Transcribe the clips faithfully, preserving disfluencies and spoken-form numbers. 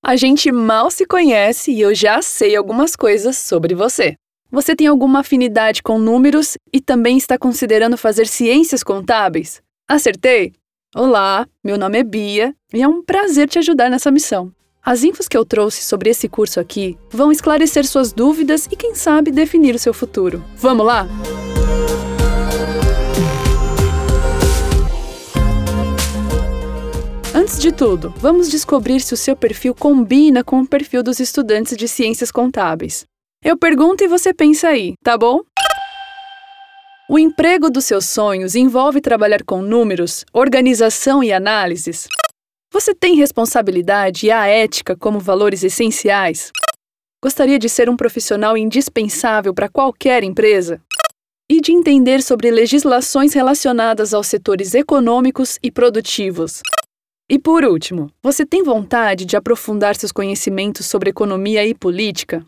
A gente mal se conhece e eu já sei algumas coisas sobre você. Você tem alguma afinidade com números e também está considerando fazer ciências contábeis? Acertei? Olá, meu nome é Bia e é um prazer te ajudar nessa missão. As infos que eu trouxe sobre esse curso aqui vão esclarecer suas dúvidas e, quem sabe, definir o seu futuro. Vamos lá? Antes de tudo, vamos descobrir se o seu perfil combina com o perfil dos estudantes de ciências contábeis. Eu pergunto e você pensa aí, tá bom? O emprego dos seus sonhos envolve trabalhar com números, organização e análises? Você tem responsabilidade e a ética como valores essenciais? Gostaria de ser um profissional indispensável para qualquer empresa? E de entender sobre legislações relacionadas aos setores econômicos e produtivos? E por último, você tem vontade de aprofundar seus conhecimentos sobre economia e política?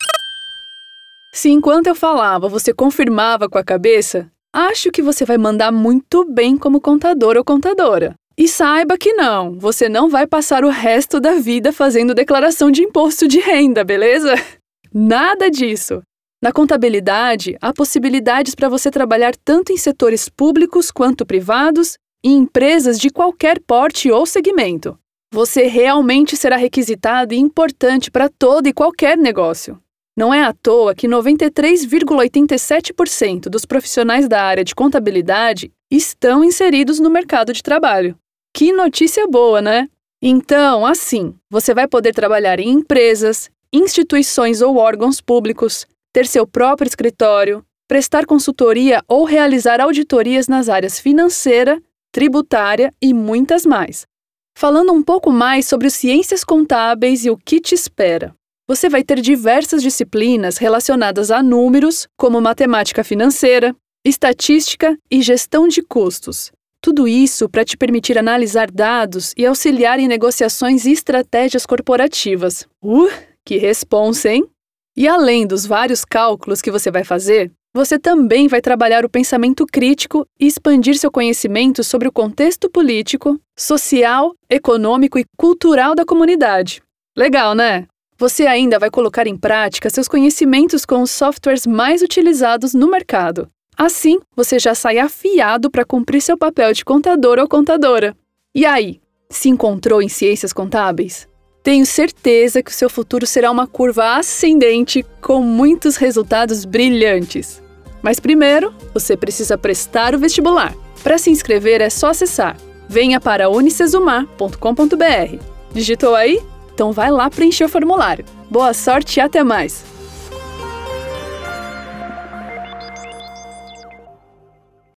Se enquanto eu falava você confirmava com a cabeça, acho que você vai mandar muito bem como contador ou contadora. E saiba que não, você não vai passar o resto da vida fazendo declaração de imposto de renda, beleza? Nada disso! Na contabilidade, há possibilidades para você trabalhar tanto em setores públicos quanto privados e em empresas de qualquer porte ou segmento. Você realmente será requisitado e importante para todo e qualquer negócio. Não é à toa que noventa e três vírgula oitenta e sete por cento dos profissionais da área de contabilidade estão inseridos no mercado de trabalho. Que notícia boa, né? Então, assim, você vai poder trabalhar em empresas, instituições ou órgãos públicos, ter seu próprio escritório, prestar consultoria ou realizar auditorias nas áreas financeira, tributária e muitas mais. Falando um pouco mais sobre as ciências contábeis e o que te espera. Você vai ter diversas disciplinas relacionadas a números, como matemática financeira, estatística e gestão de custos. Tudo isso para te permitir analisar dados e auxiliar em negociações e estratégias corporativas. Uh, que responsa, hein? E além dos vários cálculos que você vai fazer, você também vai trabalhar o pensamento crítico e expandir seu conhecimento sobre o contexto político, social, econômico e cultural da comunidade. Legal, né? Você ainda vai colocar em prática seus conhecimentos com os softwares mais utilizados no mercado. Assim, você já sai afiado para cumprir seu papel de contador ou contadora. E aí, se encontrou em ciências contábeis? Tenho certeza que o seu futuro será uma curva ascendente com muitos resultados brilhantes. Mas primeiro, você precisa prestar o vestibular. Para se inscrever é só acessar venha para unicesumar ponto com ponto br. Digitou aí? Então vai lá preencher o formulário. Boa sorte e até mais!